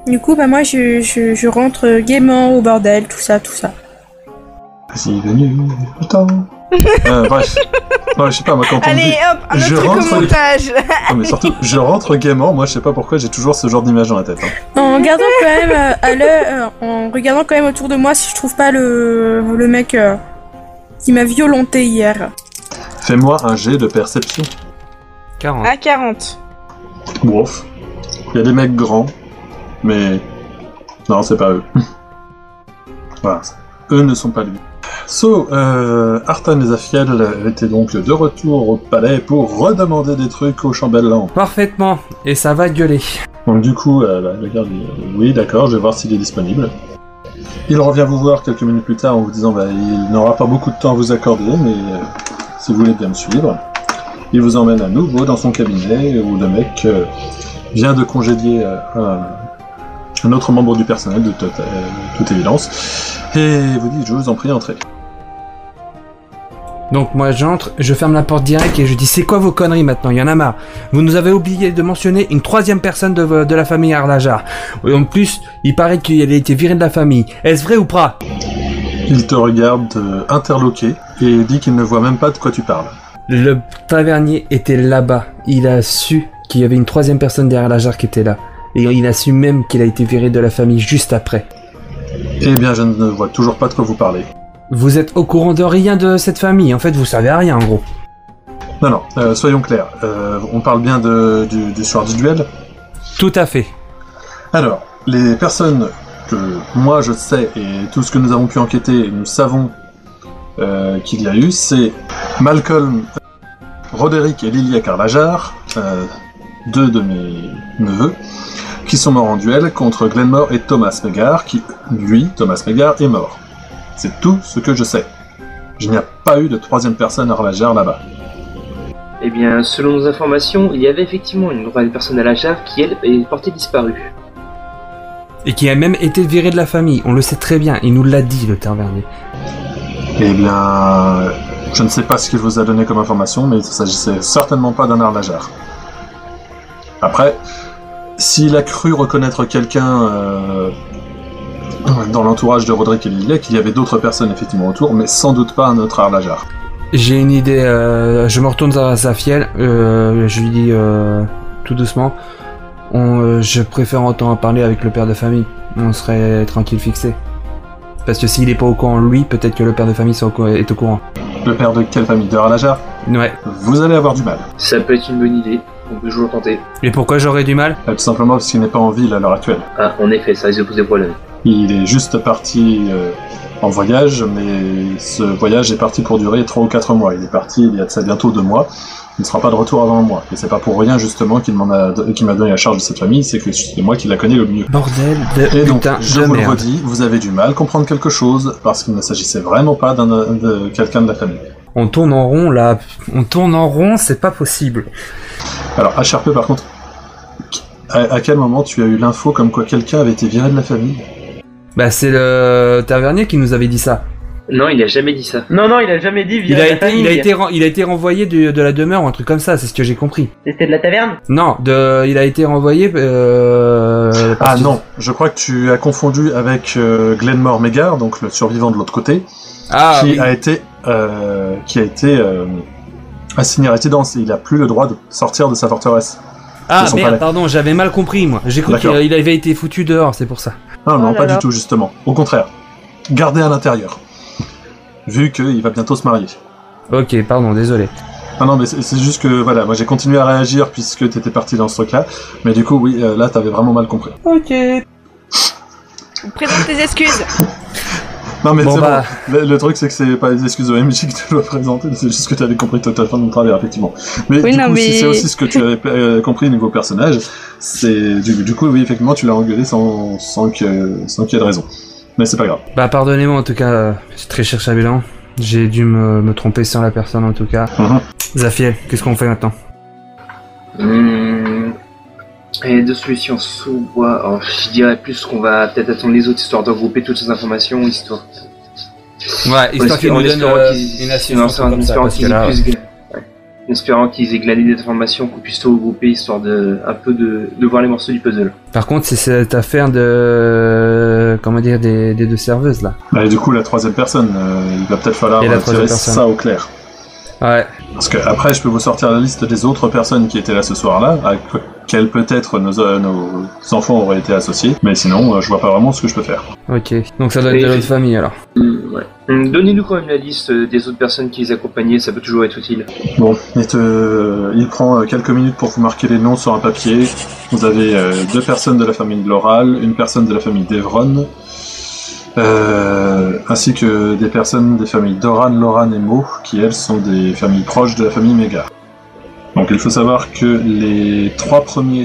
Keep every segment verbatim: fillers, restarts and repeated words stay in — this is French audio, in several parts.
Du coup, bah moi, je, je, je rentre gaiement au bordel, tout ça, tout ça. C'est venu le temps. euh, bref. Ouais, je sais pas, moi, quand on Allez, me dit... hop, un autre je truc rentre... au montage. Non, mais surtout, je rentre gaiement, moi, je sais pas pourquoi, j'ai toujours ce genre d'image dans la tête. Hein. En regardant quand même euh, à l'heure, euh, en regardant quand même autour de moi si je trouve pas le, le mec euh, qui m'a violenté hier. Fais-moi un jet de perception. quarante. À quarante. Ouf. Il y a des mecs grands, mais... Non, c'est pas eux. Voilà. Eux ne sont pas lui. So, euh, Artan et Zafiel étaient donc de retour au palais pour redemander des trucs au chambellan. Parfaitement, et ça va gueuler. Donc du coup, euh, la, la garde dit euh, oui, d'accord, je vais voir s'il est disponible. Il revient vous voir quelques minutes plus tard en vous disant bah, il n'aura pas beaucoup de temps à vous accorder, mais euh, si vous voulez bien me suivre. Il vous emmène à nouveau dans son cabinet où le mec euh, vient de congédier euh, un, un autre membre du personnel de toute, euh, toute évidence. Et vous dit je vous en prie, entrez. Donc moi j'entre, je ferme la porte direct et je dis c'est quoi vos conneries maintenant, il y en a marre. Vous nous avez oublié de mentionner une troisième personne de, de la famille Arlajar. Et en plus, il paraît qu'il a été viré de la famille. Est-ce vrai ou pas? Il te regarde euh, interloqué et dit qu'il ne voit même pas de quoi tu parles. Le tavernier était là-bas. Il a su qu'il y avait une troisième personne derrière Arlajar qui était là. Et il a su même qu'il a été viré de la famille juste après. Eh bien, je ne vois toujours pas de quoi vous parlez. Vous êtes au courant de rien de cette famille, en fait vous savez rien en gros. Non, non, euh, soyons clairs. Euh, on parle bien de, du, du soir du duel. Tout à fait. Alors, les personnes que moi je sais et tout ce que nous avons pu enquêter, nous savons euh, qu'il y a eu, c'est Malcolm, Roderick et Lilia Carlajar, euh, deux de mes neveux, qui sont morts en duel contre Glenmore et Thomas Meggar, qui, lui, Thomas Meggar, est mort. C'est tout ce que je sais. Il n'y a pas eu de troisième personne à Arlajar là-bas. Eh bien, selon nos informations, il y avait effectivement une troisième personne à Arlajar qui, elle, est portée disparue. Et qui a même été viré de la famille, on le sait très bien, il nous l'a dit le tavernier. Eh bien, je ne sais pas ce qu'il vous a donné comme information, mais il ne s'agissait certainement pas d'un Arlajar. Après, s'il a cru reconnaître quelqu'un... Euh, dans l'entourage de Roderick et Lilia, qu'il y avait d'autres personnes effectivement autour, mais sans doute pas un autre Arlajar. J'ai une idée, euh, je me retourne vers Zafiel, euh, je lui dis euh, tout doucement, on, euh, je préfère entendre parler avec le père de famille, on serait tranquille fixé. Parce que s'il est pas au courant lui, peut-être que le père de famille est au courant. Le père de quelle famille? De Arlajar? Ouais. Vous allez avoir du mal. Ça peut être une bonne idée, on peut toujours tenter. Et pourquoi j'aurais du mal? euh, Tout simplement parce qu'il n'est pas en ville à l'heure actuelle. Ah, en effet, ça risque de poser problème. Il est juste parti euh, en voyage, mais ce voyage est parti pour durer trois ou quatre mois. Il est parti il y a de ça bientôt deux mois. Il ne sera pas de retour avant un mois. Et c'est pas pour rien justement qu'il m'en a, qu'il m'a donné la charge de cette famille, c'est que c'est moi qui la connais le mieux. Bordel de Et donc, putain je de vous merde. le redis, vous avez du mal à comprendre quelque chose parce qu'il ne s'agissait vraiment pas d'un, de quelqu'un de la famille. On tourne en rond là, on tourne en rond, c'est pas possible. Alors, H R P par contre, à, à quel moment tu as eu l'info comme quoi quelqu'un avait été viré de la famille? Bah c'est le tavernier qui nous avait dit ça. Non, il a jamais dit ça. Non, non, il a jamais dit Il virer a la été, famille. il a été, ren- il a été renvoyé de, de la demeure ou un truc comme ça, c'est ce que j'ai compris. C'était de la taverne? Non, de, il a été renvoyé. Euh, Ah parce que- non, je crois que tu as confondu avec euh, Glenmore Meggar, donc le survivant de l'autre côté, Ah, qui oui. a été, euh, qui a été euh, assigné à résidence. Il n'a plus le droit de sortir de sa forteresse. Ah de son merde, palais. pardon, j'avais mal compris moi. J'ai cru D'accord. qu'il avait été foutu dehors, c'est pour ça. Non, non, Oh là pas là. du tout justement. Au contraire, gardez à l'intérieur, vu qu'il va bientôt se marier. Ok, pardon, désolé. Ah non, mais c'est, c'est juste que voilà, moi j'ai continué à réagir puisque t'étais parti dans ce truc-là, mais du coup, oui, euh, là t'avais vraiment mal compris. Ok. Présente tes excuses. Non, mais Bon, c'est bah. bon. Le, le truc, c'est que c'est pas les excuses O M J que tu dois présenter, c'est juste que tu avais compris totalement de mon travers, effectivement. Mais Oui, du non, coup, mais- si c'est aussi ce que tu avais euh, compris niveau personnage, c'est du, du coup, oui, effectivement, tu l'as engueulé sans, sans, que, sans qu'il y ait de raison. Mais c'est pas grave. Bah pardonnez-moi en tout cas, euh, c'est très cher Chabelan. J'ai dû me, me tromper sur la personne en tout cas. Mhm. Zafiel, qu'est-ce qu'on fait maintenant? Hum... Et deux solutions soit. Alors, je dirais plus qu'on va peut-être attendre les autres histoire de regrouper toutes ces informations, histoire. Ouais, histoire qu'il en nous donne espérant euh, qu'ils- une en assurance espérant comme ça, qu'ils parce que aient là... plus... ouais. espérant qu'ils aient glané des informations, qu'on puisse tout regrouper, histoire de un peu de, de voir les morceaux du puzzle. Par contre, c'est cette affaire de... Comment dire, des, des deux serveuses, là. Bah, et du coup, la troisième personne, euh, il va peut-être falloir Et la euh, tirer troisième personne. ça au clair. Ouais. Parce que après, je peux vous sortir la liste des autres personnes qui étaient là ce soir-là, à quelles peut-être nos, euh, nos enfants auraient été associés, mais sinon, euh, je vois pas vraiment ce que je peux faire. Ok. Donc ça doit être Et- de l'autre famille, alors. Hum, ouais. Hum, Donnez-nous quand même la liste des autres personnes qui les accompagnaient, ça peut toujours être utile. Bon, il, te... il prend euh, quelques minutes pour vous marquer les noms sur un papier. Vous avez euh, deux personnes de la famille de Loral, une personne de la famille d'Evron, euh, ainsi que des personnes des familles Doran, Loran et Mo, qui elles sont des familles proches de la famille Méga. Donc il faut savoir que les trois premiers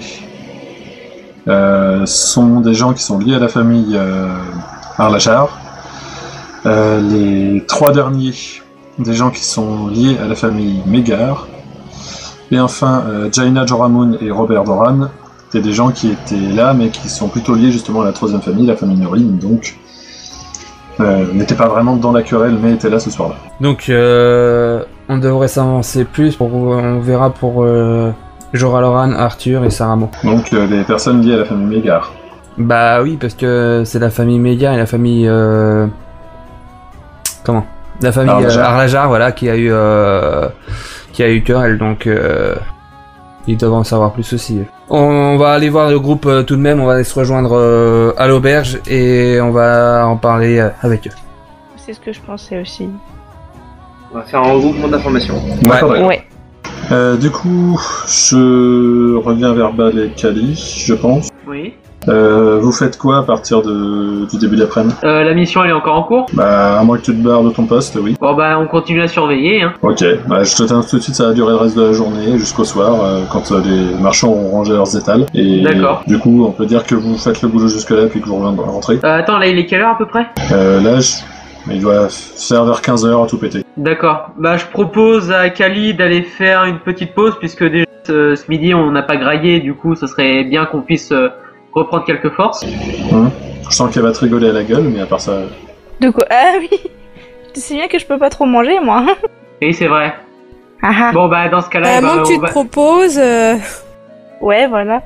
euh, sont des gens qui sont liés à la famille euh, Arlachar. Euh, les trois derniers, des gens qui sont liés à la famille Mégar. Et enfin, euh, Jaina Joramoon et Robert Doran, c'est des gens qui étaient là, mais qui sont plutôt liés justement à la troisième famille, la famille Norin, donc euh, n'étaient pas vraiment dans la querelle, mais étaient là ce soir-là. Donc, euh, on devrait s'avancer plus. Pour, on verra pour euh, Jorah Loran, Arthur et Sarah Maud. Donc euh, les personnes liées à la famille Mégar. Bah oui, parce que c'est la famille Méga et la famille... Euh... Comment La famille Arlajar. euh, Arlajar, voilà, qui a eu... Euh... qui a eu querelle, donc... Euh... Ils doivent en savoir plus aussi. On va aller voir le groupe euh, tout de même, on va aller se rejoindre euh, à l'auberge et on va en parler euh, avec eux. C'est ce que je pensais aussi. On va faire un regroupement d'informations. D'accord, d'accord. Ouais. Euh, du coup, je reviens vers Bal et Kali, je pense. Oui. Euh, vous faites quoi à partir de, du début d'après-midi? Euh, la mission elle est encore en cours. Bah, à moins que tu te barres de ton poste, oui. Bon bah on continue à surveiller. Hein. Ok, bah, je te t'annonce tout de suite, ça va durer le reste de la journée jusqu'au soir, euh, quand euh, les marchands auront rangé leurs étals. Et D'accord. du coup, on peut dire que vous faites le boulot jusque-là, puis que vous reviendrez rentrer. Euh, attends, là il est quelle heure à peu près? Euh, là, je... il doit faire vers quinze heures à tout péter. D'accord. Bah je propose à Kali d'aller faire une petite pause puisque déjà ce, ce midi on n'a pas graillé, du coup ce serait bien qu'on puisse euh, reprendre quelques forces. Hum. Je sens qu'elle va te rigoler à la gueule, mais à part ça... De quoi? Ah oui. Tu sais bien que je peux pas trop manger, moi. Oui c'est vrai. Ah ah. Bon bah dans ce cas-là, À bah, moins que tu on te va- proposes. euh, Ouais, voilà.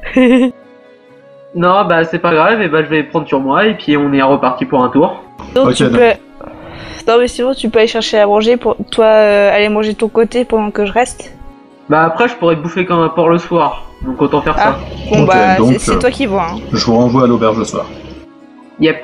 non bah c'est pas grave, et bah je vais prendre sur moi et puis on est reparti pour un tour. Donc Ok, tu donc- peux. Non mais sinon tu peux aller chercher à manger pour toi euh, aller manger de ton côté pendant que je reste. Bah après je pourrais bouffer comme un porc le soir, donc autant faire Ah. ça. Bon Ok, bah donc, c'est- c'est euh, toi qui vois. Hein. Je vous renvoie à l'auberge le soir. Yep.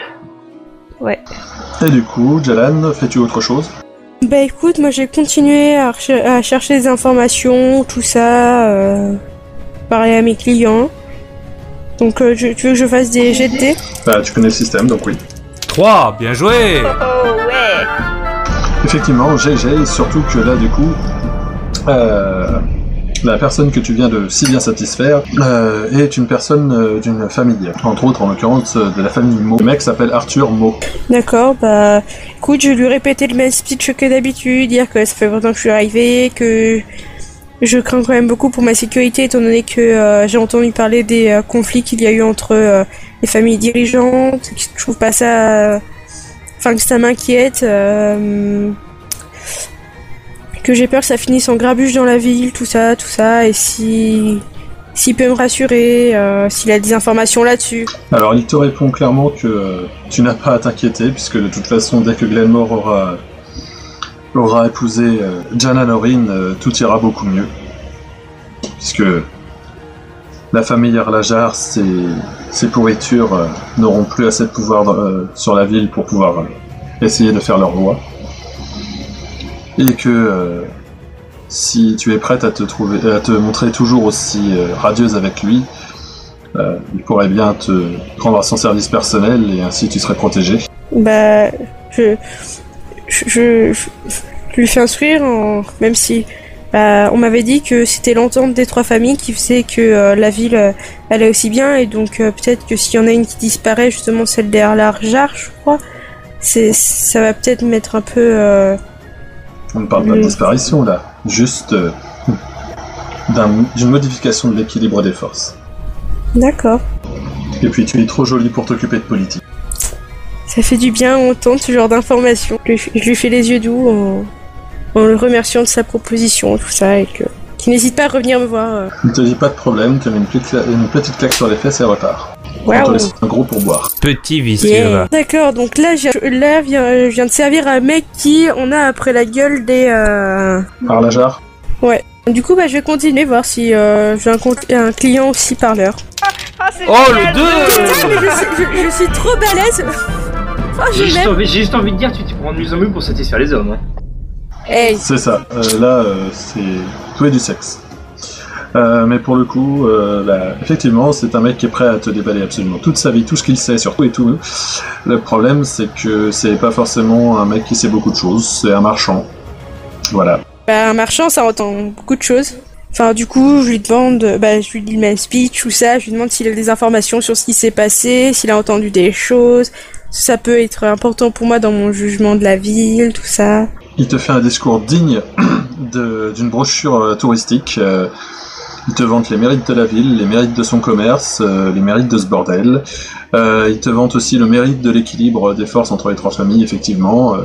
Et du coup, Jalan, fais-tu autre chose? Bah écoute, moi j'ai continué à, recher- à chercher des informations, tout ça, euh, parler à mes clients. Donc euh, je- tu veux que je fasse des jets de dés? Bah, tu connais le système, donc oui. trois, bien joué. Oh ouais. Effectivement, G G, et surtout que là, du coup, euh, la personne que tu viens de si bien satisfaire euh, est une personne euh, d'une famille, entre autres, en l'occurrence, euh, de la famille Mo. Le mec s'appelle Arthur Mo. D'accord, bah écoute, je vais lui répéter le même speech que d'habitude, dire que ça fait longtemps que je suis arrivée, que je crains quand même beaucoup pour ma sécurité étant donné que euh, j'ai entendu parler des euh, conflits qu'il y a eu entre euh, les familles dirigeantes, que je trouve pas ça... euh, Enfin, que ça m'inquiète, euh, que j'ai peur que ça finisse en grabuge dans la ville, tout ça, tout ça, et si... S'il peut me rassurer, euh, s'il a des informations là-dessus. Alors, il te répond clairement que euh, tu n'as pas à t'inquiéter, puisque de toute façon, dès que Glenmore aura, aura épousé euh, Jana Norin, euh, tout ira beaucoup mieux. Puisque la famille Arlajar, ses, ses pourritures euh, n'auront plus assez de pouvoir euh, sur la ville pour pouvoir euh, essayer de faire leur loi. Et que euh, si tu es prête à te, trouver, à te montrer toujours aussi euh, radieuse avec lui, euh, il pourrait bien te prendre à son service personnel et ainsi tu serais protégé. Bah, je, je, je, je lui fais un sourire, en, même si bah, on m'avait dit que c'était l'entente des trois familles qui faisait que euh, la ville euh, allait aussi bien, et donc euh, peut-être que s'il y en a une qui disparaît, justement celle d'Erlarjar, je crois, c'est, ça va peut-être mettre un peu... Euh, On ne parle pas de Mm. disparition là, juste euh, d'un- d'une modification de l'équilibre des forces. D'accord. Et puis tu es trop jolie pour t'occuper de politique. Ça fait du bien à entendre ce genre d'informations. Je, lui- je lui fais les yeux doux en, en le remerciant de sa proposition, tout ça, et que qui n'hésite pas à revenir me voir. Euh. Il te dit pas de problème, comme une petite, cla- une petite claque sur les fesses et repart. Wow. On te laisse un gros pourboire. Petit vicieux. Yeah. D'accord, donc là, j'ai- là vient- je viens de servir un mec qui on a après la gueule des... Euh... Par la jarre. Du coup, bah, je vais continuer, voir si euh, j'ai un, con- un client aussi parleur. Ah, c'est Oh, le génial. deux Putain, mais je, suis- je- je suis trop balèze. Oh, J'ai je juste, l'aime. envie- j'ai juste envie de dire, tu t'y prends de mieux en mieux pour satisfaire les hommes. Hein. Hey. C'est ça. Euh, là, euh, c'est tout est du sexe. Euh, mais pour le coup, euh, bah, effectivement, c'est un mec qui est prêt à te déballer absolument toute sa vie, tout ce qu'il sait sur tout et tout. Le problème, c'est que c'est pas forcément un mec qui sait beaucoup de choses, c'est un marchand. Voilà. Bah, un marchand, ça entend beaucoup de choses. Enfin, du coup, je lui demande, bah, je lui dis le même speech, tout ça, je lui demande s'il a des informations sur ce qui s'est passé, s'il a entendu des choses. Ça peut être important pour moi dans mon jugement de la ville, tout ça. Il te fait un discours digne de- d'une brochure euh, touristique. Euh, il te vante les mérites de la ville, les mérites de son commerce, euh, les mérites de ce bordel. Euh, il te vante aussi le mérite de l'équilibre des forces entre les trois familles, effectivement. Euh,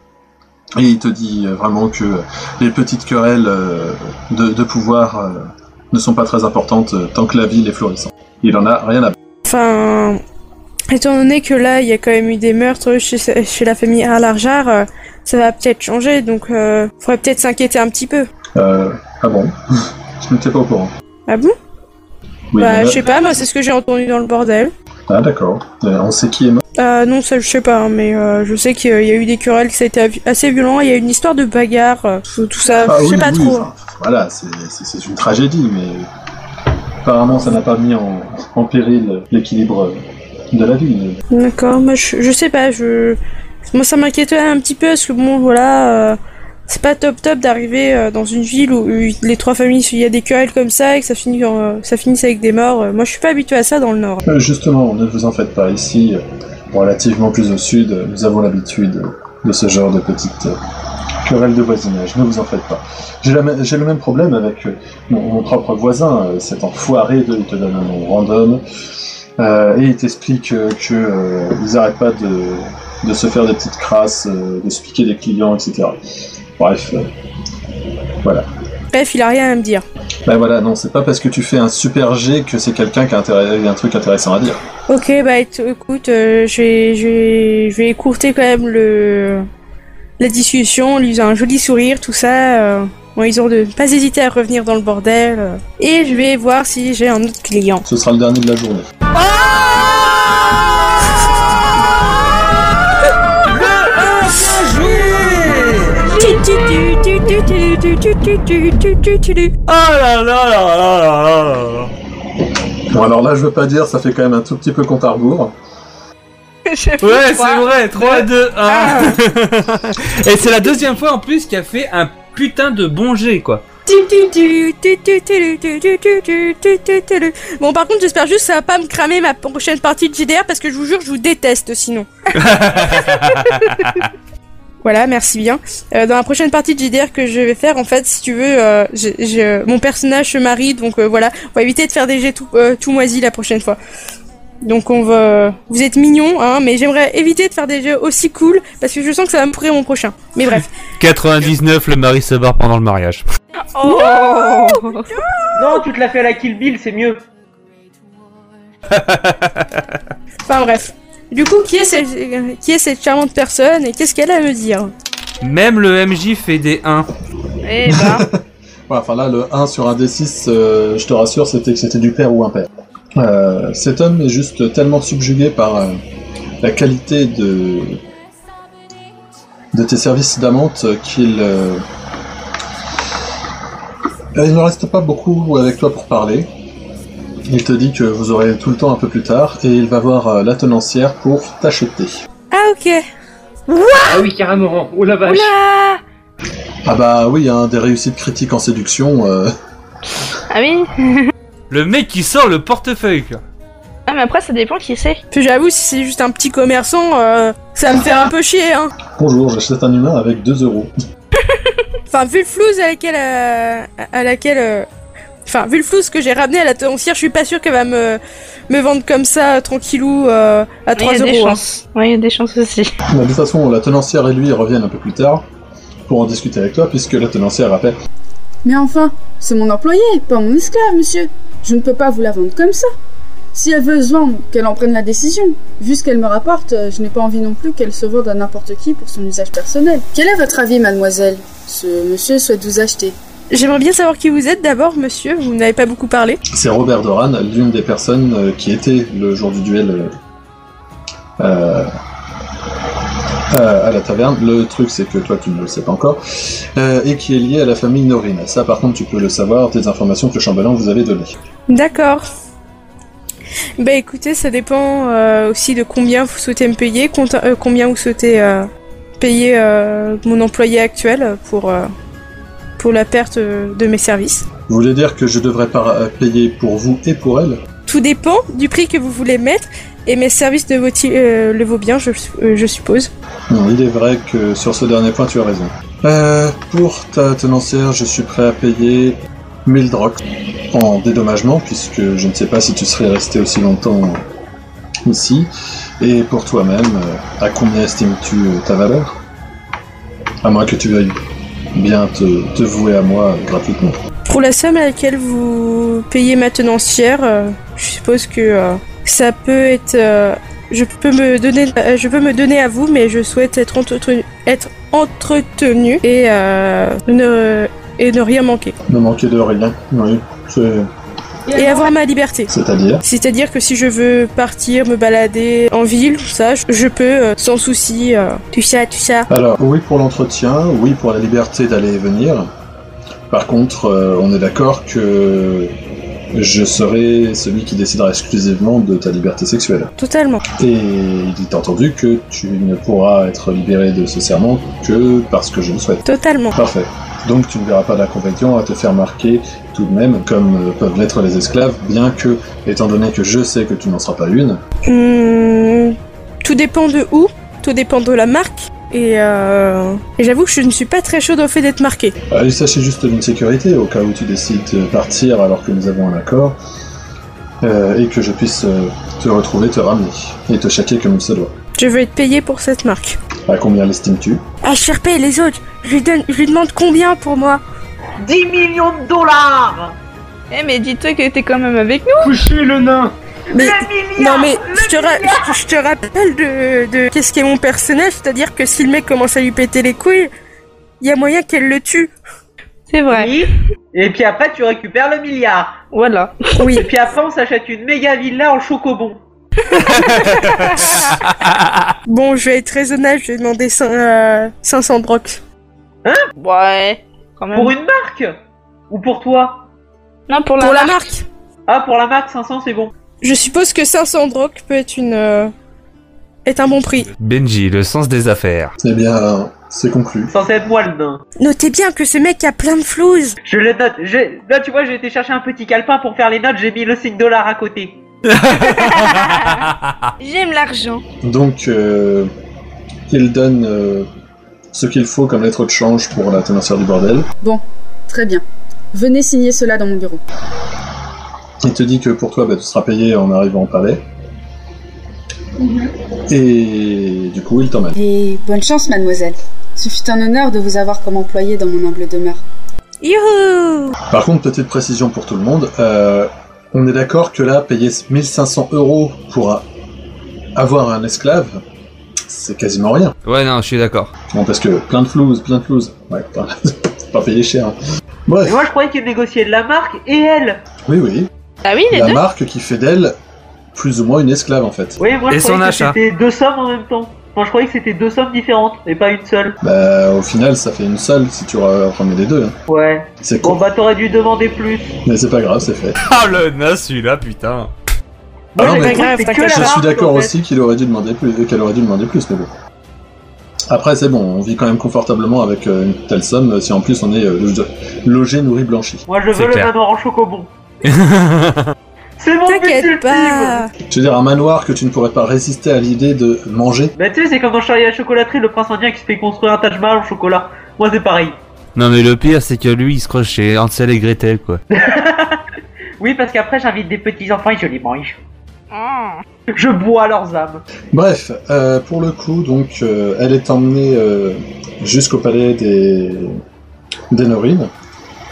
et il te dit euh, vraiment que les petites querelles euh, de, de pouvoir euh, ne sont pas très importantes euh, tant que la ville est florissante. Il en a rien à... Enfin, étant donné que là, il y a quand même eu des meurtres chez, chez la famille Arlarjar, euh, ça va peut-être changer, donc euh, faudrait peut-être s'inquiéter un petit peu. Euh, ah bon. Je n'étais pas au courant. Ah bon? Oui, Bah, mais- je sais pas, moi c'est ce que j'ai entendu dans le bordel. Ah d'accord. Euh, on sait qui est mort. Euh, non, ça je sais pas, hein, mais euh, je sais qu'il y a eu des querelles, que ça a été av- assez violent, il y a eu une histoire de bagarre, euh, tout tout ça, Ah je sais oui, pas oui, trop. enfin, voilà, c'est, c'est, c'est une tragédie, mais apparemment ça n'a pas mis en, en péril l'équilibre de la ville. D'accord, moi je, je sais pas, je... Moi ça m'inquiétait un petit peu, parce que bon, voilà, euh, c'est pas top top d'arriver euh, dans une ville où euh, les trois familles, il y a des querelles comme ça, et que ça, finit, euh, ça finisse avec des morts. Euh, Moi je suis pas habituée à ça dans le Nord. Euh, Justement, ne vous en faites pas, ici, euh, relativement plus au sud, euh, nous avons l'habitude de ce genre de petites euh, querelles de voisinage, ne vous en faites pas. J'ai, la même- j'ai le même problème avec euh, mon, mon propre voisin, euh, cet enfoiré de, il te donne un nom random, euh, et il t'explique euh, que euh, ils arrêtent pas de, de se faire des petites crasses, euh, de se piquer des clients, et cetera. Bref, euh, voilà. Bref, il a rien à me dire. Ben voilà, non, c'est pas parce que tu fais un super G que c'est quelqu'un qui a intérêt- un truc intéressant à dire. Ok, bah éc- écoute, euh, je vais, je vais, je vais écourter quand même le la discussion, lui faisant un joli sourire, tout ça. Euh, bon, ils ont de pas hésiter à revenir dans le bordel. euh, et je vais voir si j'ai un autre client. Ce sera le dernier de la journée. Oh là là là là là là là. Bon, alors là, je veux pas dire, ça fait quand même un tout petit peu compte à rebours. Ouais, c'est vrai, trois, deux, un. Et c'est la deuxième fois en plus qu'il a fait un putain de bon jet, quoi. Bon, par contre, j'espère juste que ça va pas me cramer ma prochaine partie de J D R parce que je vous jure, je vous déteste sinon. Voilà, merci bien. Euh, dans la prochaine partie de J D R que je vais faire, en fait, si tu veux, euh, je, je- mon personnage se marie, donc euh, voilà, on va éviter de faire des jets tout, euh, tout moisis la prochaine fois. Donc on va... Vous êtes mignons, hein, mais j'aimerais éviter de faire des jeux aussi cool, parce que je sens que ça va me pourrir mon prochain. Mais bref. quatre-vingt-dix-neuf, le mari se barre pendant le mariage. Oh Non, tu te l'as fait à la Kill Bill, c'est mieux. Enfin bref. Du coup, qui est cette, qui est cette charmante personne et qu'est-ce qu'elle a à me dire? Même le M J fait des un. Eh bah, Ouais, enfin là, le un sur un D six, euh, je te rassure, c'était que c'était du père ou impair. Euh, cet homme est juste tellement subjugué par euh, la qualité de de tes services d'amante qu'il euh, il ne reste pas beaucoup avec toi pour parler. Il te dit que vous aurez tout le temps un peu plus tard et il va voir euh, la tenancière pour t'acheter. Ah ok. Ah oui, carrément. Oh la vache. Oula. Ah bah oui, hein, des réussites critiques en séduction. Euh... ah oui. Le mec qui sort le portefeuille, quoi. Ah mais après ça dépend qui c'est. Puis j'avoue, si c'est juste un petit commerçant, euh, ça me fait un peu chier, hein. Bonjour, j'achète un humain avec deux euros. Enfin, vu le flouze à laquelle... euh, à laquelle... euh, Enfin, vu le flouze que j'ai ramené à la tenancière, je suis pas sûre qu'elle va me, me vendre comme ça, tranquillou, euh, à Il y trois a des euros. hein. chances. Ouais, il y a des chances aussi. De toute façon, la tenancière et lui reviennent un peu plus tard pour en discuter avec toi, puisque la tenancière rappelle Mais enfin, c'est mon employé, pas mon esclave, monsieur. Je ne peux pas vous la vendre comme ça. Si elle veut se vendre, qu'elle en prenne la décision. Vu ce qu'elle me rapporte, je n'ai pas envie non plus qu'elle se vende à n'importe qui pour son usage personnel. Quel est votre avis, mademoiselle? Ce monsieur souhaite vous acheter. J'aimerais bien savoir qui vous êtes d'abord, monsieur. Vous n'avez pas beaucoup parlé. C'est Robert Doran, l'une des personnes euh, qui était le jour du duel euh, euh, à la taverne. Le truc, c'est que toi, tu ne le sais pas encore. Euh, et qui est lié à la famille Norin. Ça, par contre, tu peux le savoir des informations que le chambellan vous avait données. D'accord. Bah écoutez, ça dépend euh, aussi de combien vous souhaitez me payer, compte, euh, combien vous souhaitez euh, payer euh, mon employé actuel pour, euh, pour la perte de mes services. Vous voulez dire que je devrais pas payer pour vous et pour elle? Tout dépend du prix que vous voulez mettre, et mes services de vaut euh, le vaut bien, je, euh, je suppose. Non, il est vrai que sur ce dernier point, tu as raison. Euh, pour ta tenancière, je suis prêt à payer mille drocs en dédommagement, puisque je ne sais pas si tu serais resté aussi longtemps ici. Et pour toi-même, euh, à combien estimes-tu ta valeur? À moins que tu veuilles bien te, te vouer à moi gratuitement. Pour la somme à laquelle vous payez ma tenancière, euh, je suppose que euh, ça peut être... Euh, je peux me donner, euh, je peux me donner à vous, mais je souhaite être entretenu, être entretenu et euh, ne et ne rien manquer. Ne manquer de rien, oui. C'est... Et avoir ma liberté. C'est-à-dire? C'est-à-dire que si je veux partir, me balader en ville, tout ça, je peux euh, sans souci, euh, tout ça, tout ça. Alors, oui pour l'entretien, oui pour la liberté d'aller et venir. Par contre, euh, on est d'accord que je serai celui qui décidera exclusivement de ta liberté sexuelle. Totalement. Et il est entendu que tu ne pourras être libéré de ce serment que parce que je le souhaite. Totalement. Parfait. Donc tu ne verras pas d'inconvénient à te faire marquer tout de même, comme peuvent l'être les esclaves, bien que, étant donné que je sais que tu n'en seras pas une... Mmh, tout dépend de où, tout dépend de la marque, et, euh, et j'avoue que je ne suis pas très chaude au fait d'être marquée. Euh, il s'agit juste d'une sécurité, au cas où tu décides de partir alors que nous avons un accord, euh, et que je puisse euh, te retrouver, te ramener, et te chaquer comme il se doit. Je veux être payé pour cette marque. À combien l'estimes-tu? Ah, je suis repayé les autres. Je lui, donne, je lui demande combien pour moi? dix millions de dollars. Eh mais dis-toi que t'es quand même avec nous. Couchez le nain. Mais, Le milliard, non mais le je te, ra- je, je te rappelle de, de qu'est-ce qu'est mon personnage, c'est-à-dire que si le mec commence à lui péter les couilles, il y a moyen qu'elle le tue. C'est vrai. Oui. Et puis après, tu récupères le milliard. Voilà. Oui. Et puis après, on s'achète une méga villa en chocobon. Bon, je vais être raisonnable, je vais demander cinq, euh, cinq cents drocs. Hein? Ouais. Quand même. Pour une marque? Ou pour toi? Non, pour la, Pour la marque. marque. Ah, pour la marque, cinq cents, c'est bon. Je suppose que cinq cents drocs peut être une euh, est un bon prix. Benji, le sens des affaires. Eh bien, c'est conclu. Censé être moi le nain. Notez bien que ce mec a plein de flouses. Je le note. J'ai... Là, tu vois, j'ai été chercher un petit calepin pour faire les notes, j'ai mis le cinq dollars à côté. J'aime l'argent. Donc, euh, il donne euh, ce qu'il faut comme lettre de change pour la tenancière du bordel. Bon, très bien. Venez signer cela dans mon bureau. Il te dit que pour toi, bah, tu seras payé en arrivant au palais. Mm-hmm. Et du coup, il t'emmène. Et bonne chance, mademoiselle. Ce fut un honneur de vous avoir comme employée dans mon humble demeure. Youhou! Par contre, petite précision pour tout le monde, euh, on est d'accord que là, payer mille cinq cents euros pour avoir un esclave, c'est quasiment rien. Ouais, non, je suis d'accord. Bon, parce que plein de flouses, plein de flouses. Ouais, pas, pas payé cher. Hein. Bref. Et moi, je croyais qu'il négociait de la marque et elle. Oui, oui. Ah oui, les La deux. marque qui fait d'elle plus ou moins une esclave, en fait. Oui, moi, je Et son croyais que achat. c'était deux sommes en même temps. Enfin, je croyais que c'était deux sommes différentes et pas une seule. Bah, au final, ça fait une seule si tu re- remets les deux. Hein. Ouais. C'est Bon, con. bah, t'aurais dû demander plus. Mais c'est pas grave, c'est fait. Ah, le nain, celui-là, putain. Ah non, j'ai mais cru que grave, c'était t'inquiète. que la je suis marque, d'accord en fait. aussi qu'il aurait dû demander plus, qu'elle aurait dû demander plus, mais bon. Après, c'est bon, on vit quand même confortablement avec euh, une telle somme, si en plus on est euh, lo- logé, nourri, blanchi. Moi, je C'est veux le clair. manoir en chocobon. C'est mon but T'inquiète ultime. pas. Je veux dire, un manoir que tu ne pourrais pas résister à l'idée de manger. Bah, tu sais, c'est comme dans Charlie à la chocolaterie, le prince indien qui se fait construire un Taj Mahal en chocolat. Moi, c'est pareil. Non, mais le pire, c'est que lui, il se croche chez Hansel et Gretel, quoi. Oui, parce qu'après, j'invite des petits enfants et je les mange. Ah. Je bois leurs âmes. Bref, euh, pour le coup, donc, euh, elle est emmenée euh, jusqu'au palais des, des Norines.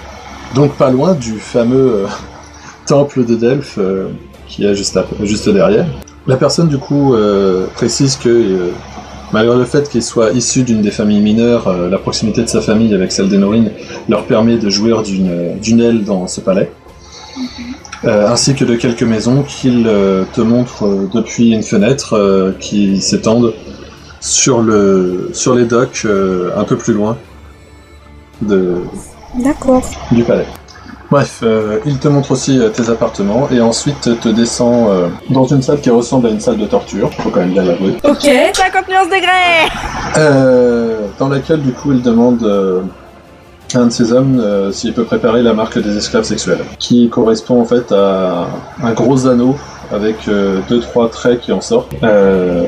donc pas loin du fameux euh, temple de Delphes euh, qui est juste, à, juste derrière. La personne du coup euh, précise que euh, malgré le fait qu'il soit issu d'une des familles mineures, euh, la proximité de sa famille avec celle des Norines leur permet de jouir d'une, d'une aile dans ce palais, euh, ainsi que de quelques maisons qu'il euh, te montre euh, depuis une fenêtre euh, qui s'étendent sur, le, sur les docks euh, un peu plus loin de, D'accord. du palais. Bref, euh, il te montre aussi euh, tes appartements et ensuite te descend euh, dans une salle qui ressemble à une salle de torture, faut quand même bien l'avouer. Ok. cinquante-neuf degrés. Euh, dans laquelle du coup il demande euh, à un de ces hommes euh, s'il peut préparer la marque des esclaves sexuels, qui correspond en fait à un gros anneau avec euh, deux trois traits qui en sortent, euh,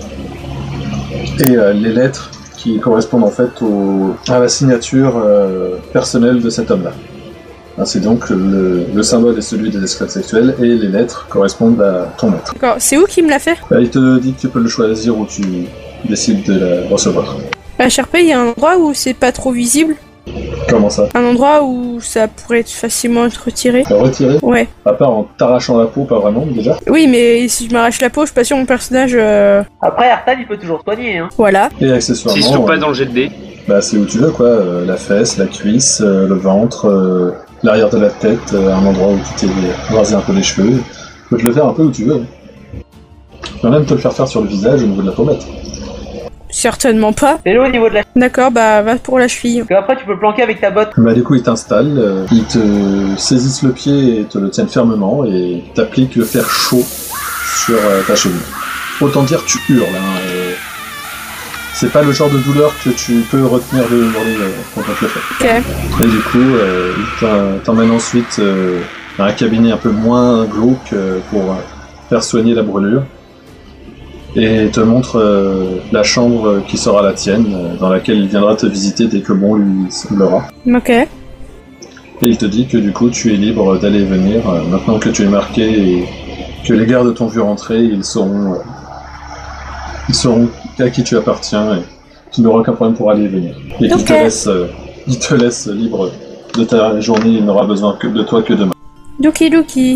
et euh, les lettres qui correspondent en fait au, à la signature euh, personnelle de cet homme-là. Ah, c'est donc le, le symbole est celui des esclaves sexuels et les lettres correspondent à ton maître. D'accord. C'est où qui me l'a fait? Bah, il te dit que tu peux le choisir ou tu décides de la recevoir. À Sherpa, il y a un endroit où c'est pas trop visible. Comment ça? Un endroit où ça pourrait être facilement être retiré. Retirer? Ouais. À part en t'arrachant la peau, pas vraiment déjà. Oui, mais si je m'arrache la peau, je suis pas sûr mon personnage. Euh... Après, Artan, il peut toujours soigner, hein. Voilà. Et accessoirement. S'ils sont pas euh, dans le jet de dés. Bah, c'est où tu veux quoi. Euh, la fesse, la cuisse, euh, le ventre, euh, l'arrière de la tête, euh, un endroit où tu t'es rasé un peu les cheveux. Tu peux te le faire un peu où tu veux. Tu peux même te le faire faire sur le visage au niveau de la pommette. Certainement pas. C'est là au niveau de la... D'accord, bah va pour la cheville. Parce qu'après, tu peux le planquer avec ta botte. Bah, du coup, ils t'installent, euh, ils te saisissent le pied et te le tiennent fermement et t'appliquent le fer chaud sur euh, ta cheville. Autant dire, tu hurles. Hein, euh, c'est pas le genre de douleur que tu peux retenir de hurler euh, quand on te le fait. Ok. Et du coup, euh, ils t'en- t'emmènent ensuite euh, à un cabinet un peu moins glauque euh, pour euh, faire soigner la brûlure. Et te montre euh, la chambre qui sera la tienne, euh, dans laquelle il viendra te visiter dès que bon lui semblera. Ok. Et il te dit que du coup tu es libre d'aller et venir, euh, maintenant que tu es marqué et que les gardes t'ont vu rentrer, ils sauront, euh, ils sauront à qui tu appartiens et tu n'auras aucun problème pour aller et venir. Et qu'il Ok. te laisse, euh, il te laisse libre de ta journée, il n'aura besoin que de toi que demain. Doki Doki.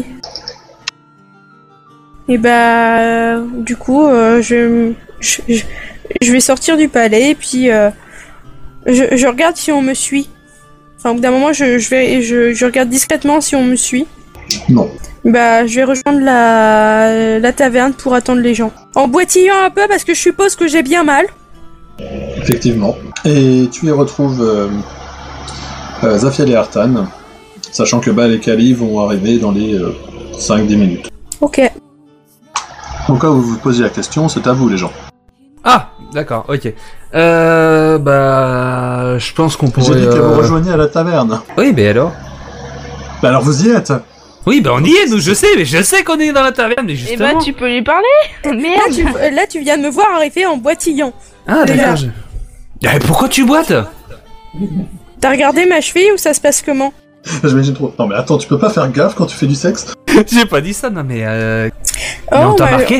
Et bah, du coup, euh, je, je, je, je vais sortir du palais et puis euh, je, je regarde si on me suit. Enfin, au bout d'un moment, je, je, vais, je, je regarde discrètement si on me suit. Non. Bah, je vais rejoindre la, la taverne pour attendre les gens. En boitillant un peu parce que je suppose que j'ai bien mal. Effectivement. Et tu y retrouves euh, euh, Zafiel et Artan, sachant que Bal et Kali vont arriver dans les euh, cinq dix minutes. Ok. Au cas où vous vous posiez la question, c'est à vous les gens. Ah, d'accord, ok. Euh, bah, je pense qu'on pourrait... J'ai dit que euh, vous rejoigniez à la taverne. Oui, mais alors Bah alors vous y êtes. Oui, bah on y est, nous, je sais, mais je sais qu'on est dans la taverne, mais Et justement... bah tu peux lui parler. Là Merde. tu, euh, là, tu viens de me voir arriver en boitillant. Ah, Déjà. d'accord. je- Eh, pourquoi tu boites? T'as regardé ma cheville ou ça se passe comment? J'imagine trop. Non mais attends, tu peux pas faire gaffe quand tu fais du sexe? J'ai pas dit ça, non, mais... Euh... mais Oh, on t'a bah, marqué?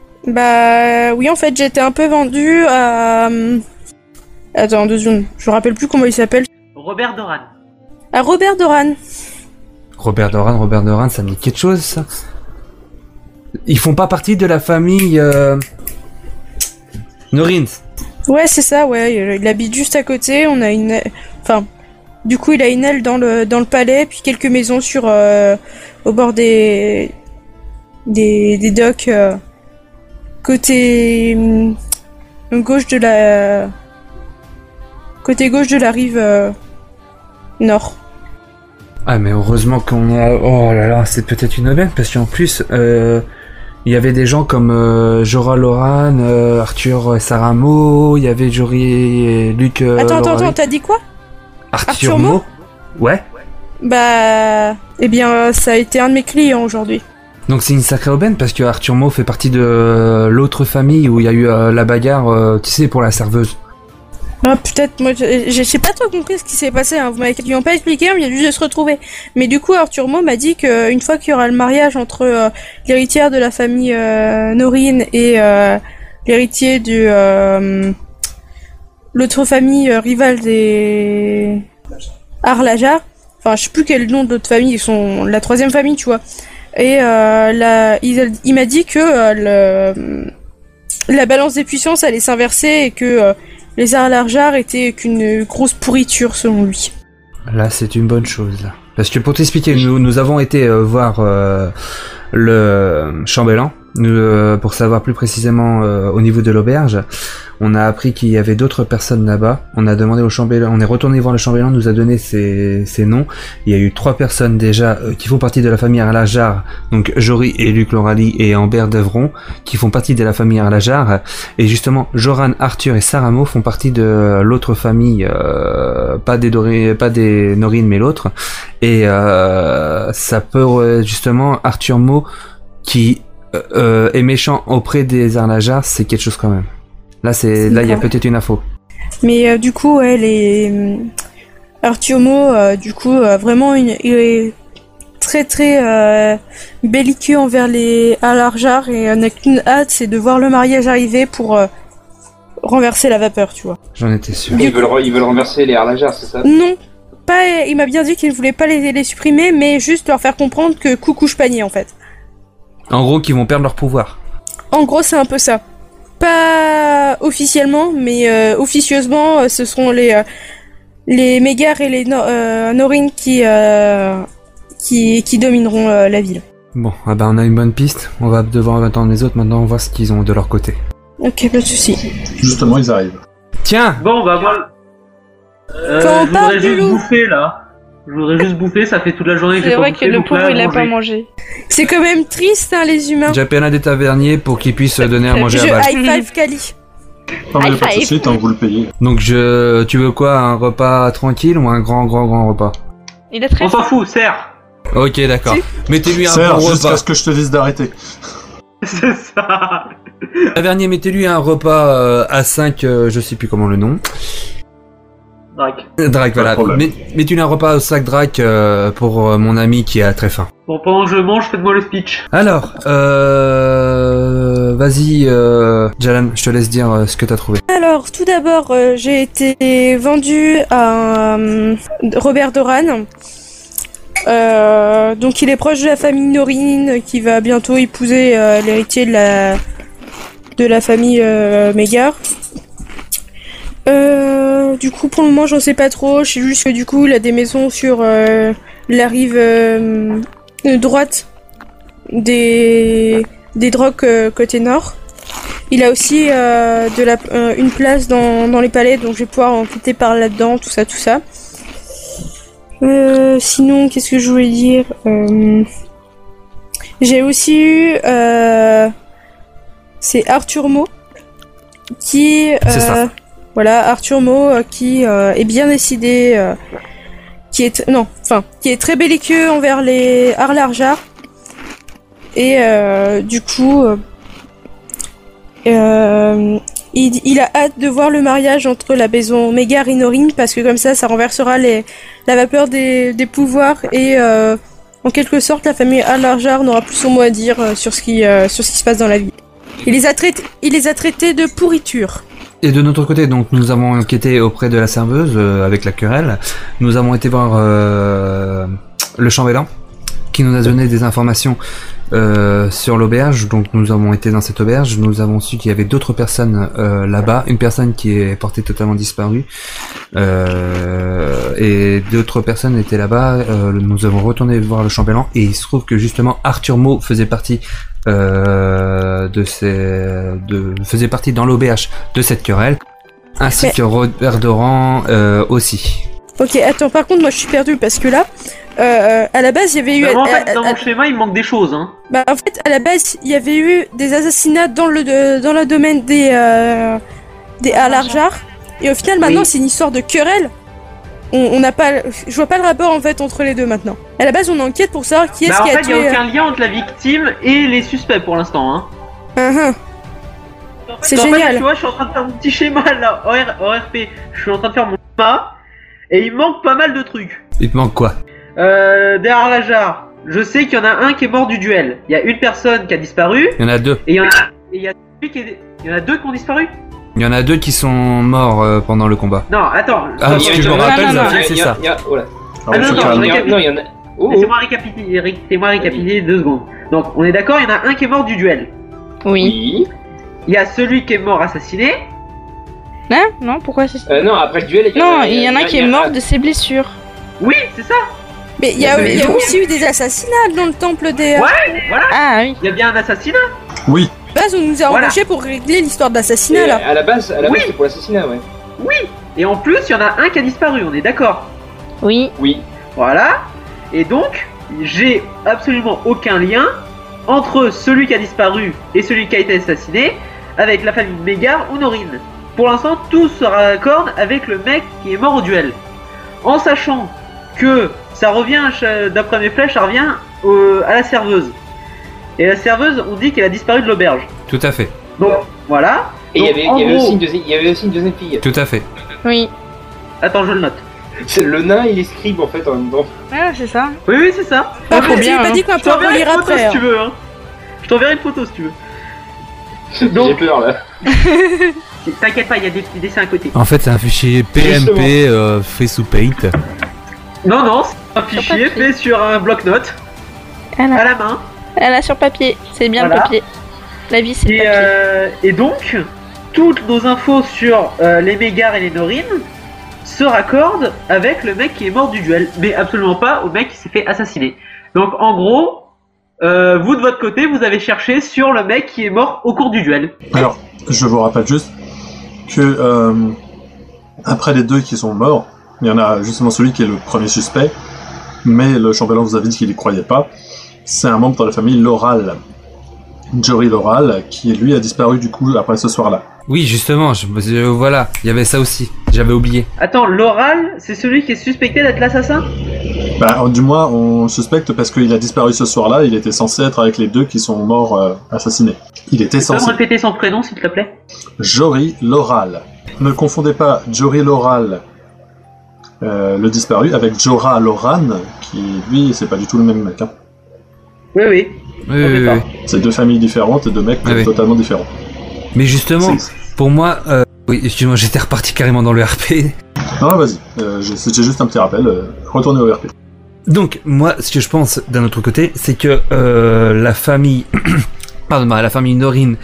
Bah oui, en fait, j'étais un peu vendue à... euh, Attends, deux secondes. Je me rappelle plus comment il s'appelle. Robert Doran. À Robert Doran. Robert Doran, Robert Doran, ça me dit quelque chose, ça? Ils font pas partie de la famille... Euh... Norins. Ouais, c'est ça, ouais. Il habite juste à côté. On a une... Enfin, du coup, il a une aile dans le, dans le palais, puis quelques maisons sur... euh, au bord des... Des, des docks... euh, côté... hum, gauche de la... Côté gauche de la rive... euh, nord. Ah, mais heureusement qu'on a... Oh là là, c'est peut-être une aubaine, parce qu'en plus... Euh... Il y avait des gens comme euh, Jorah Loran, euh, Arthur Saramo, il y avait Jory et Luc... Euh, attends, attends, Lorari. attends, t'as dit quoi? Arthur, Arthur Mo. Mo Ouais. Bah... Eh bien, ça a été un de mes clients aujourd'hui. Donc c'est une sacrée aubaine parce que Arthur Mo fait partie de euh, l'autre famille où il y a eu euh, la bagarre, euh, tu sais, pour la serveuse. Ah, peut-être, moi, j'ai j'ai pas trop compris ce qui s'est passé, hein. Vous m'avez ils m'ont pas expliqué, on vient juste de se retrouver. Mais du coup, Arthur Mo m'a dit qu'une fois qu'il y aura le mariage entre euh, l'héritière de la famille euh, Norine et euh, l'héritier de euh, l'autre famille euh, rivale des Arlajar, enfin je sais plus quel nom de l'autre famille, ils sont la troisième famille, tu vois. Et euh, la, il, il m'a dit que euh, le, la balance des puissances allait s'inverser et que euh, les Arlarjar étaient qu'une grosse pourriture selon lui. Là, c'est une bonne chose. Là. Parce que pour t'expliquer, nous, nous avons été euh, voir euh, le chambellan nous, euh, pour savoir plus précisément euh, au niveau de l'auberge. On a appris qu'il y avait d'autres personnes là-bas. On a demandé au chambellan, on est retourné voir le chambellan, nous a donné ses, ses noms. Il y a eu trois personnes déjà euh, qui font partie de la famille Arlajar, donc Jory et Luc Lorali et Amber Devron, qui font partie de la famille Arlajar. Et justement, Joran, Arthur et Saramo font partie de l'autre famille, euh, pas des Doré, pas des Norine, mais l'autre. Et euh, ça peut justement Arthur Mo qui euh, est méchant auprès des Arlajar, c'est quelque chose quand même. Là, c'est, là, il y a peut-être une info. Mais euh, du coup, ouais, les Arthur Mo, euh, du coup, euh, vraiment, une... il est très très euh, belliqueux envers les Arlarjar et on n'a qu'une hâte, c'est de voir le mariage arriver pour euh, renverser la vapeur, tu vois. J'en étais sûr. Ils veulent, ils veulent renverser les Arlarjar, c'est ça? Non, pas. Il m'a bien dit qu'il ne voulait pas les, les supprimer, mais juste leur faire comprendre que coup couche panier, en fait. En gros, qu'ils vont perdre leur pouvoir. En gros, c'est un peu ça. Pas officiellement, mais euh, officieusement, euh, ce seront les euh, les Mégars et les no euh, Norine qui, euh, qui qui domineront euh, la ville. Bon, ah bah on a une bonne piste. On va devoir attendre les autres maintenant, on voit ce qu'ils ont de leur côté. Ok, pas de souci. Justement, ils arrivent. Tiens. Bon, bah moi, euh, Quand on je parle voudrais du juste loup. bouffer là. Je voudrais juste bouffer, ça fait toute la journée que j'ai C'est pas vrai bouffé. que le donc pauvre là, il a manger. pas mangé. C'est quand même triste, hein, les humains. J'appelle un des taverniers pour qu'il puisse donner à manger Je à balle. high five Kali. Non, mais High pas de five. soucis, tant que vous le payez. Donc je, tu veux quoi, un repas tranquille ou un grand grand grand repas? Il est très On s'en fout, serre. Ok, d'accord. Mettez-lui un Serre bon jusqu'à repas. ce que je te dise d'arrêter. C'est ça. Tavernier, mettez-lui un repas euh, à cinq, euh, je sais plus comment le nom. Drac. Euh, Drac, voilà. problème. Met- Mettez-lui un repas au sac Drac euh, pour euh, mon ami qui a très faim. Bon, pendant que je mange, faites-moi le speech. Alors, euh... vas-y, euh... Jalan, je te laisse dire euh, ce que t'as trouvé. Alors, tout d'abord, euh, j'ai été vendu à euh, Robert Doran. Euh, donc, il est proche de la famille Norine, qui va bientôt épouser euh, l'héritier de la de la famille euh, Mégare. Euh, du coup, pour le moment, j'en sais pas trop. Je sais juste que du coup, il a des maisons sur euh, la rive euh, droite des des Drocs euh, côté nord. Il a aussi euh, de la euh, une place dans dans les palais, donc je vais pouvoir en quitter par là-dedans, tout ça, tout ça. Euh, sinon, qu'est-ce que je voulais dire euh, J'ai aussi eu euh, c'est Arthur Mo qui C'est ça. euh, voilà, Arthur Mo euh, qui euh, est bien décidé, euh, qui est non, enfin, qui est très belliqueux envers les Arlarjar et euh, du coup, euh, euh, il, il a hâte de voir le mariage entre la maison Mégare et Norine parce que comme ça, ça renversera les la vapeur des, des pouvoirs et euh, en quelque sorte, la famille Arlarjar n'aura plus son mot à dire euh, sur ce qui euh, sur ce qui se passe dans la vie. Il les a traités, il les a traités de pourriture. Et de notre côté, donc, nous avons enquêté auprès de la serveuse euh, avec la querelle. Nous avons été voir euh, le chambellan qui nous a donné des informations euh, sur l'auberge. Donc, nous avons été dans cette auberge. Nous avons su qu'il y avait d'autres personnes euh, là-bas. Une personne qui est portée totalement disparue. Euh, et d'autres personnes étaient là-bas. Euh, nous avons retourné voir le chambellan. Et il se trouve que justement, Arthur Mo faisait partie euh, de ces, de, faisait partie dans l'auberge de cette querelle, ainsi Mais- que Robert Doran euh, aussi. Ok, attends, par contre, moi je suis perdue parce que là, euh, à la base, il y avait eu. Bah, moi, en à- fait, dans à- mon schéma, il me manque des choses, hein. bah, en fait, à la base, il y avait eu des assassinats dans le, de- dans le domaine des, euh, des Arlarjar. Et au final, maintenant, Oui. c'est une histoire de querelle. On on n'a pas. Je vois pas le rapport en fait entre les deux maintenant. À la base, on enquête pour savoir qui est-ce Bah, en qui a fait, il n'y tué. a aucun lien entre la victime et les suspects pour l'instant, hein. euh, uh-huh. C'est En fait, génial. tu vois, je suis en train de faire mon petit schéma là, O R O R P. Je suis en train de faire mon schéma et il manque pas mal de trucs. Il te manque quoi? Euh, des Arlarjar, je sais qu'il y en a un qui est mort du duel. Il y a une personne qui a disparu Il y en a deux. et il y en a, et il y a celui qui est- il y en a deux qui ont disparu. Il y en a deux qui sont morts euh, pendant le combat. Non, attends. Ah, Attends, si il y tu a- me non, rappelles, non, non, Zafir, c'est Il y a- ça. il y a- voilà. Alors, Ah non, on se non, calme. je il y en- non, il y en a. Oh, oh. Laissez-moi récapituler, ré- laissez-moi récapituler deux secondes. Donc, on est d'accord, il y en a un qui est mort du duel. Oui. Oui. Il y a celui qui est mort assassiné. Hein? Non, pourquoi c'est... Euh, non, après le duel, il y en Non, a. il y en a qui est mort de ses blessures. Oui, c'est ça. Mais il y a, Mais il y a non. aussi eu des assassinats dans le temple des... Ouais, voilà. Ah oui. Il y a bien un assassinat. Oui, base, on nous a Voilà. embauchés pour régler l'histoire d'assassinat Et là. à la base, à la Oui. base, c'est pour l'assassinat, ouais. Oui. Et en plus, il y en a un qui a disparu. On est d'accord. Oui. Oui. Voilà. Et donc, j'ai absolument aucun lien entre celui qui a disparu et celui qui a été assassiné avec la famille Mégare ou Norine. Pour l'instant, tout se raccorde avec le mec qui est mort au duel. En sachant que ça revient, d'après mes flèches, ça revient au- à la serveuse. Et la serveuse, on dit qu'elle a disparu de l'auberge. Tout à fait. Donc, voilà. Et il y Donc, avait, en il y avait gros- aussi une deuxième, il y avait aussi une deuxième fille. Tout à fait. Oui. Attends, je le note. C'est le nain et les scribes en fait en même temps. Ah, c'est ça. Oui, oui, c'est ça. Par faut contre, bien, j'ai pas hein. dit qu'on va Je pouvoir t'enverrai une relire photo après. si tu hein. veux. Hein. Je t'enverrai une photo si tu veux. J'ai Donc- peur là. T'inquiète pas, il y a des petits dessins à côté. En fait, c'est un fichier P M P euh, fait sous Paint. Non, non, c'est un fichier papier. fait sur un bloc-notes Elle à a, la main. elle a sur papier. C'est bien Voilà. le papier. La vie, c'est le Et, papier. euh, et donc, toutes nos infos sur euh, les Mégare et les Norines se raccordent avec le mec qui est mort du duel, mais absolument pas au mec qui s'est fait assassiner. Donc, en gros, euh, vous de votre côté, vous avez cherché sur le mec qui est mort au cours du duel. alors, je vous rappelle juste que euh, après les deux qui sont morts, il y en a justement celui qui est le premier suspect, mais le chambellan vous avait dit qu'il y croyait pas. C'est un membre de la famille Loral, Jory Loral, qui lui a disparu du coup après ce soir-là. Oui, justement, je, je- voilà, il y avait ça aussi. J'avais oublié. Attends, l'oral, c'est celui qui est suspecté d'être l'assassin? Bah, du moins, on suspecte parce qu'il a disparu ce soir-là, il était censé être avec les deux qui sont morts euh, assassinés. Il était Tu peux me censé. répéter son prénom, s'il te plaît? Jory Loral. Ne confondez pas Jory Loral, euh, le disparu, avec Jorah Loran, qui lui, c'est pas du tout le même mec. Hein. Oui, oui. Oui, On oui, est pas. oui. C'est deux familles différentes et deux mecs Ah oui. totalement différents. Mais justement, C'est- pour moi, euh, oui, excuse-moi, j'étais reparti carrément dans le R P. Non, vas-y, euh, j'ai- c'était juste un petit rappel. Euh, retournez au R P. Donc, moi, ce que je pense d'un autre côté, c'est que euh, la famille, pardon, la famille Norine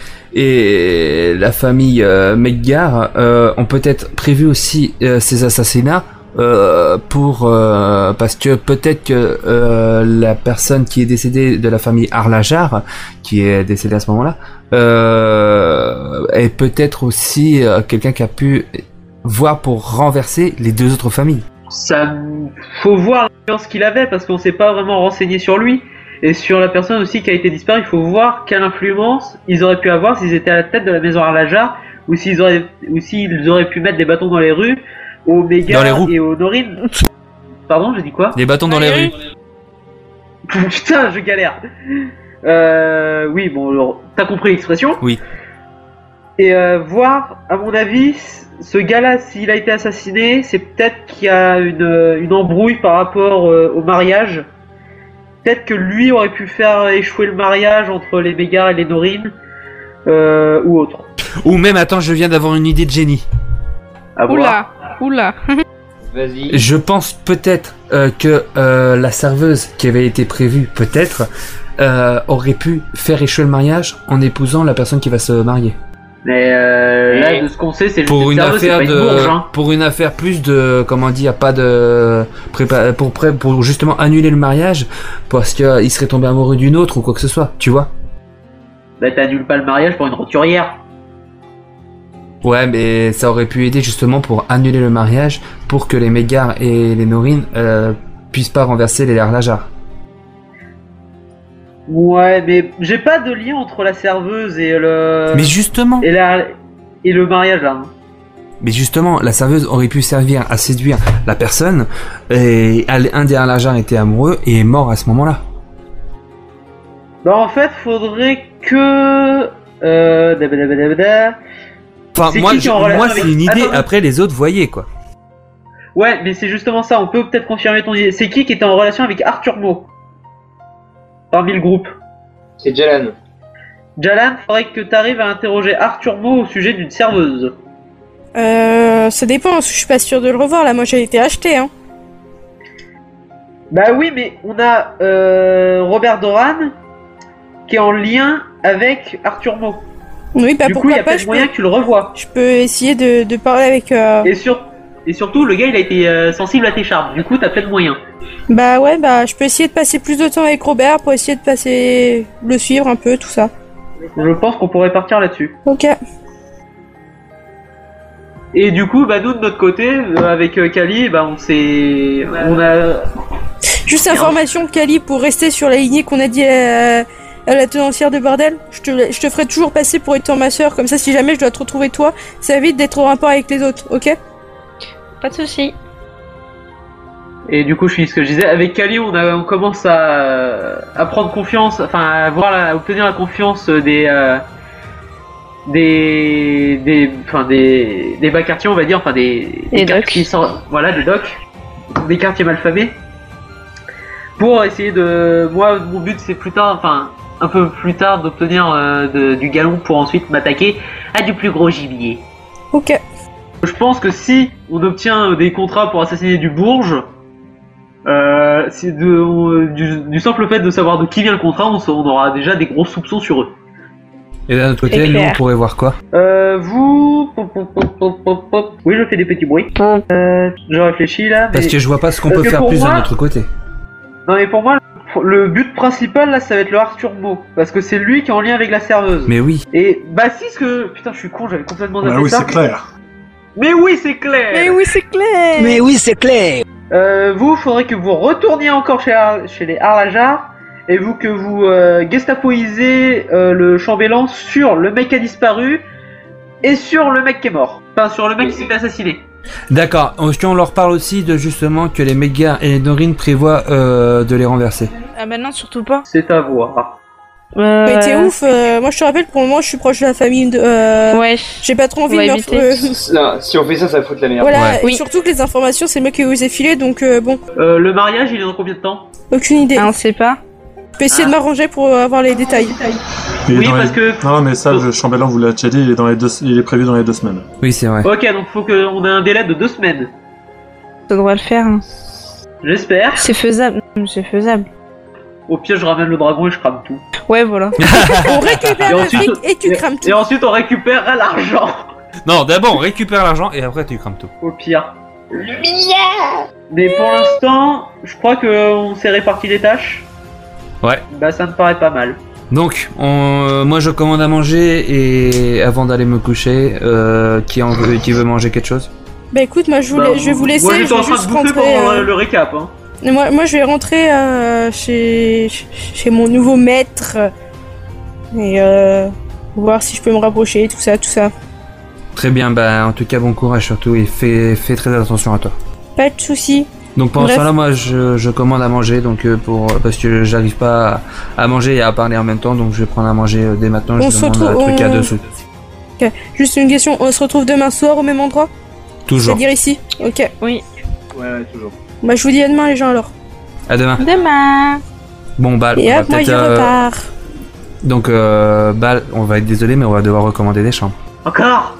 et la famille euh, Meggar euh, ont peut-être prévu aussi euh, ces assassinats euh, pour euh, parce que peut-être que euh, la personne qui est décédée de la famille Arlajar, qui est décédée à ce moment-là, euh, est peut-être aussi euh, quelqu'un qui a pu voir pour renverser les deux autres familles. Ça, faut voir l'influence qu'il avait parce qu'on s'est pas vraiment renseigné sur lui et sur la personne aussi qui a été disparue. Il faut voir quelle influence ils auraient pu avoir s'ils étaient à la tête de la maison Arlajar ou s'ils auraient, ou s'ils auraient pu mettre des bâtons dans les rues aux Dans les Mégare roues. et aux Norines. Pardon, j'ai dit quoi? Les bâtons dans les rues. Putain, je galère. Euh, oui, bon, alors, t'as compris l'expression? Oui. Et euh, voir, à mon avis, ce gars-là, s'il a été assassiné, c'est peut-être qu'il y a une, une embrouille par rapport euh, au mariage. Peut-être que lui aurait pu faire échouer le mariage entre les Mégare et les Norines, euh, ou autre. Ou même, attends, je viens d'avoir une idée de génie. À voir. Oula, oula. Vas-y. Je pense peut-être euh, que euh, la serveuse qui avait été prévue, peut-être, euh, aurait pu faire échouer le mariage en épousant la personne qui va se marier. Mais euh, là, Ouais. de ce qu'on sait, c'est juste Pour une serveuse, c'est affaire pas une de, bourge, hein. pour une affaire plus de, comment dire, pas de, prépa- pour pré- pour justement annuler le mariage parce qu'il serait tombé amoureux d'une autre ou quoi que ce soit, tu vois. Bah, t'annules pas le mariage pour une roturière. Ouais, mais ça aurait pu aider justement pour annuler le mariage pour que les Mégare et les Norines euh, puissent pas renverser les Arlajar. Ouais, mais j'ai pas de lien entre la serveuse et le. Mais justement, Et, la... et le mariage là. mais justement, la serveuse aurait pu servir à séduire la personne et un des Arlajar était amoureux et est mort à ce moment-là. Bah en fait, faudrait que. Euh. dabadabadabada. Enfin, C'est moi, qui qui je- est en relation moi avec- c'est une idée. Attends. Après, les autres voyaient quoi. Ouais, mais c'est justement ça, on peut peut-être confirmer ton idée. C'est qui qui était en relation avec Arthur Mo parmi le groupe? C'est Jalan. Jalan, faudrait que t'arrives à interroger Arthur Mo au sujet d'une serveuse. Euh, ça dépend, parce que je suis pas sûre de le revoir là. Moi j'ai été acheté, hein. Bah oui, mais on a euh, Robert Doran qui est en lien avec Arthur Mo. Oui, bah du coup, il pourquoi y a pas, peut-être je moyen peux, que tu le revois. je peux essayer de, de parler avec... euh, Et, sur... Et surtout, le gars, il a été euh, sensible à tes charmes. Du coup, t'as peut-être moyen. Bah ouais, bah je peux essayer de passer plus de temps avec Robert pour essayer de passer... le suivre un peu, tout ça. Je pense qu'on pourrait partir là-dessus. Ok. Et du coup, bah nous, de notre côté, euh, avec euh, Kali, bah on s'est... On a... Juste information, Kali, pour rester sur la lignée qu'on a dit à, à la tenancière de bordel, je te, je te ferai toujours passer pour étant ma soeur, comme ça si jamais je dois te retrouver toi, ça évite d'être au rapport avec les autres, ok? Pas de soucis. Et du coup, je suis ce que je disais, avec Kali, on, a, on commence à, à prendre confiance, enfin à, avoir la, à obtenir la confiance des... Euh, des des enfin des des bas quartiers, on va dire, enfin des des docs qui sont, voilà, des docs, des quartiers malfamés, pour essayer de, moi mon but c'est plus tard, enfin un peu plus tard, d'obtenir euh, de, du galon pour ensuite m'attaquer à du plus gros gibier. Ok. Je pense que si on obtient des contrats pour assassiner du bourge, euh, c'est de, on, du, du simple fait de savoir de qui vient le contrat, on, on aura déjà des gros soupçons sur eux. Et d'un autre côté, nous on pourrait voir quoi? Euh, vous... Pop, pop, pop, pop, pop, pop. Oui, je fais des petits bruits. Euh, je réfléchis là. Mais... Parce que je vois pas ce qu'on Parce peut que faire pour plus moi- de notre côté. Non mais pour moi, le but principal là, ça va être le Arthur Mo. Parce que c'est lui qui est en lien avec la serveuse. Mais oui. Et bah si, ce que... Putain, je suis con, j'avais complètement zappé Bah oui, ça. c'est clair. Mais oui, c'est clair. Mais oui, c'est clair. Mais oui, c'est clair. Euh, vous, faudrait que vous retourniez encore chez, Ar- chez les Harlajar. Et vous que vous euh, gestapoisez euh, le chambellan sur le mec qui a disparu et sur le mec qui est mort. Enfin, sur le mec qui s'est fait assassiner. D'accord. Est-ce qu'on leur parle aussi de justement que les Meggar et les Norine prévoient euh, de les renverser? Ah bah non, surtout pas. C'est à voir. Euh... Mais t'es ouf, euh, moi je te rappelle pour le moment je suis proche de la famille de... Euh... Ouais. J'ai pas trop envie On va de me... éviter. euh, Non, si on fait ça, ça va foutre la merde. Voilà, Ouais. et Oui. surtout que les informations c'est moi qui vous ai filé, donc euh, bon, Euh, le mariage, il est dans combien de temps? aucune idée. Ah, on sait pas. Je peux essayer de m'arranger pour avoir les détails. Il est Oui, dans parce les- que- Non, mais ça, le chambellan vous l'a déjà dit, il est, dans les deux... il est prévu dans les deux semaines. Oui, c'est vrai. Ok, donc faut qu'on ait un délai de deux semaines. Ça devrait le faire. hein. J'espère. C'est faisable. C'est faisable. Au pire, je ramène le dragon et je crame tout. Ouais, voilà. On récupère Et le ensuite- fric et tu et- crames tout. Et ensuite, on récupère l'argent. Non, d'abord on récupère l'argent et après tu crames tout. Au pire. Mais pour l'instant, je crois qu'on s'est réparti les tâches. Ouais. Bah, ça me paraît pas mal. Donc, on, euh, moi je commande à manger et avant d'aller me coucher, euh, qui, en veut, qui veut manger quelque chose? Bah écoute, moi je, voulais, Bah, je vais vous laisser, Moi, je j'étais vais en train de juste bouffer rentrer... pendant euh, le récap. Hein. Moi, moi je vais rentrer euh, chez... chez mon nouveau maître. Et euh... voir si je peux me rapprocher, tout ça, tout ça. Très bien, bah en tout cas bon courage surtout et fais, fais très attention à toi. Pas de soucis. Donc pendant ce Bref. temps-là, moi je, je commande à manger donc euh, pour parce que j'arrive pas à, à manger et à parler en même temps, donc je vais prendre à manger euh, dès maintenant. On je se demande retrouve- un truc à on- deux sous. Ok. Juste une question, on se retrouve demain soir au même endroit? Toujours. C'est-à-dire ici? Ok. Oui. Ouais, ouais, toujours. Bah je vous dis à demain les gens alors. À demain. Demain. Bon Bal, Et on va hop, moi peut-être je euh, repars. donc euh, Bal, on va être désolé mais on va devoir recommander des chambres. Encore.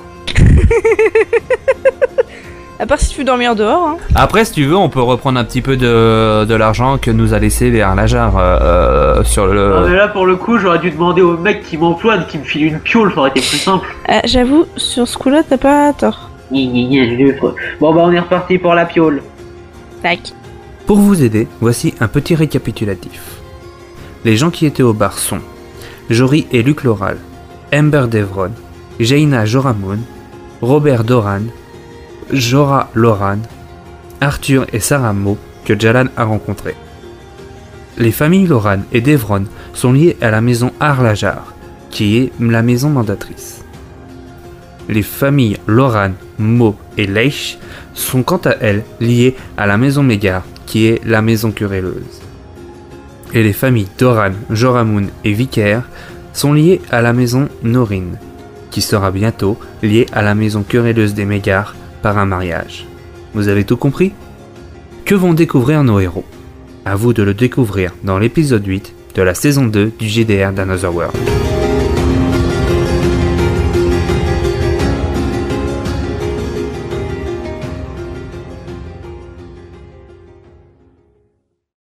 À part si tu veux dormir dehors. Hein. Après si tu veux, on peut reprendre un petit peu de, de l'argent que nous a laissé vers Lajar euh, euh, sur Non, le. mais là, pour le coup, j'aurais dû demander au mec qui m'emploie de qui me file une piole, ça aurait été plus simple. Euh, J'avoue, sur ce coup-là, t'as pas tort. Gna, gna, gna, je le ferai. Bon, bah, on est reparti pour la piole. Tac. Pour vous aider, voici un petit récapitulatif. Les gens qui étaient au bar sont Jory et Luc Loral, Ember Devron, Jaina Joramoun, Robert Doran, Jorah Loran, Arthur et Sarah Mo que Jalan a rencontrés. Les familles Loran et Devron sont liées à la maison Harlajar, qui est la maison mandatrice. Les familles Loran, Mo et Leish sont quant à elles liées à la maison Meggar, qui est la maison querelleuse. Et les familles Doran, Joramoun et Vicaire sont liées à la maison Norine, qui sera bientôt liée à la maison querelleuse des Meggar par un mariage. Vous avez tout compris? Que vont découvrir nos héros? À vous de le découvrir dans l'épisode huit de la saison deux du G D R d'Another World.